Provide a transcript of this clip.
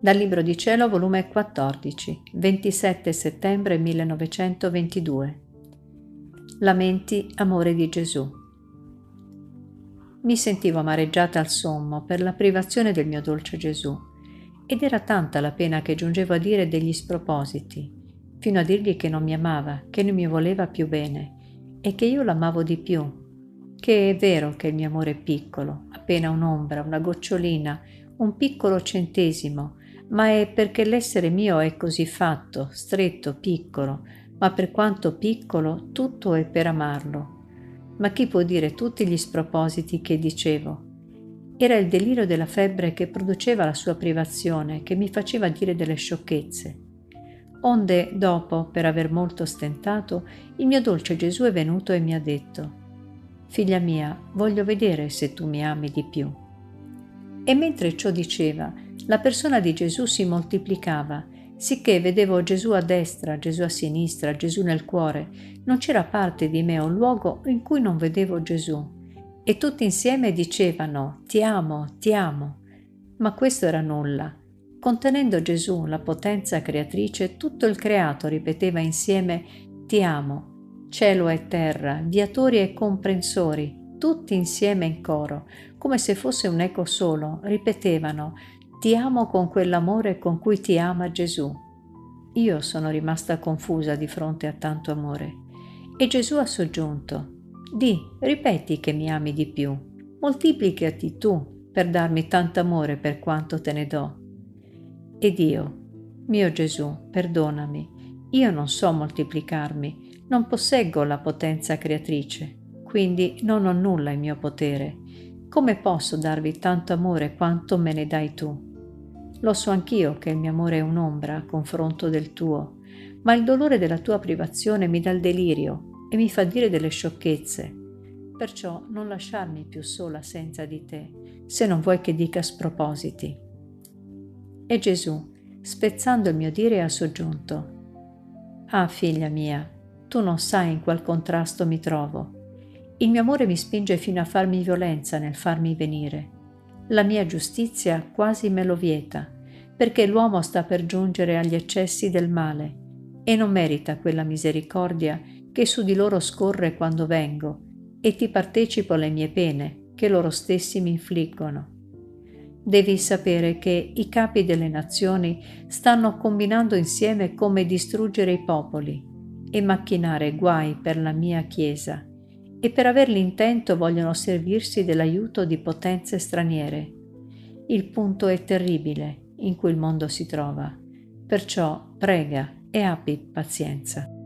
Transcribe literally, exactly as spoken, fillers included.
Dal Libro di Cielo, volume quattordici, ventisette settembre millenovecentoventidue. Lamenti, amore di Gesù. Mi sentivo amareggiata al sommo per la privazione del mio dolce Gesù, ed era tanta la pena che giungevo a dire degli spropositi, fino a dirgli che non mi amava, che non mi voleva più bene, e che io l'amavo di più, che è vero che il mio amore è piccolo, appena un'ombra, una gocciolina, un piccolo centesimo, ma è perché l'essere mio è così fatto, stretto, piccolo, ma per quanto piccolo tutto è per amarlo. Ma chi può dire tutti gli spropositi che dicevo? Era il delirio della febbre che produceva la sua privazione, che mi faceva dire delle sciocchezze. Onde, dopo, per aver molto stentato, il mio dolce Gesù è venuto e mi ha detto: «Figlia mia, voglio vedere se tu mi ami di più». E mentre ciò diceva, la persona di Gesù si moltiplicava, sicché vedevo Gesù a destra, Gesù a sinistra, Gesù nel cuore. Non c'era parte di me o luogo in cui non vedevo Gesù. E tutti insieme dicevano: «Ti amo, ti amo». Ma questo era nulla. Contenendo Gesù, la potenza creatrice, tutto il creato ripeteva insieme: «Ti amo». Cielo e terra, viatori e comprensori, tutti insieme in coro, come se fosse un eco solo, ripetevano: «Ti amo con quell'amore con cui ti ama Gesù». Io sono rimasta confusa di fronte a tanto amore. E Gesù ha soggiunto: «Di, ripeti che mi ami di più, moltiplicati tu per darmi tanto amore per quanto te ne do». Ed io: «Mio Gesù, perdonami, io non so moltiplicarmi, non posseggo la potenza creatrice, quindi non ho nulla in mio potere. Come posso darvi tanto amore quanto me ne dai tu? Lo so anch'io che il mio amore è un'ombra a confronto del tuo, ma il dolore della tua privazione mi dà il delirio e mi fa dire delle sciocchezze. Perciò non lasciarmi più sola senza di te, se non vuoi che dica spropositi». E Gesù, spezzando il mio dire, ha soggiunto: «Ah, figlia mia, tu non sai in qual contrasto mi trovo. Il mio amore mi spinge fino a farmi violenza nel farmi venire. La mia giustizia quasi me lo vieta, perché l'uomo sta per giungere agli eccessi del male e non merita quella misericordia che su di loro scorre quando vengo e ti partecipo le mie pene che loro stessi mi infliggono. Devi sapere che i capi delle nazioni stanno combinando insieme come distruggere i popoli e macchinare guai per la mia Chiesa, e per aver l'intento vogliono servirsi dell'aiuto di potenze straniere. Il punto è terribile in cui il mondo si trova, perciò prega e abbi pazienza».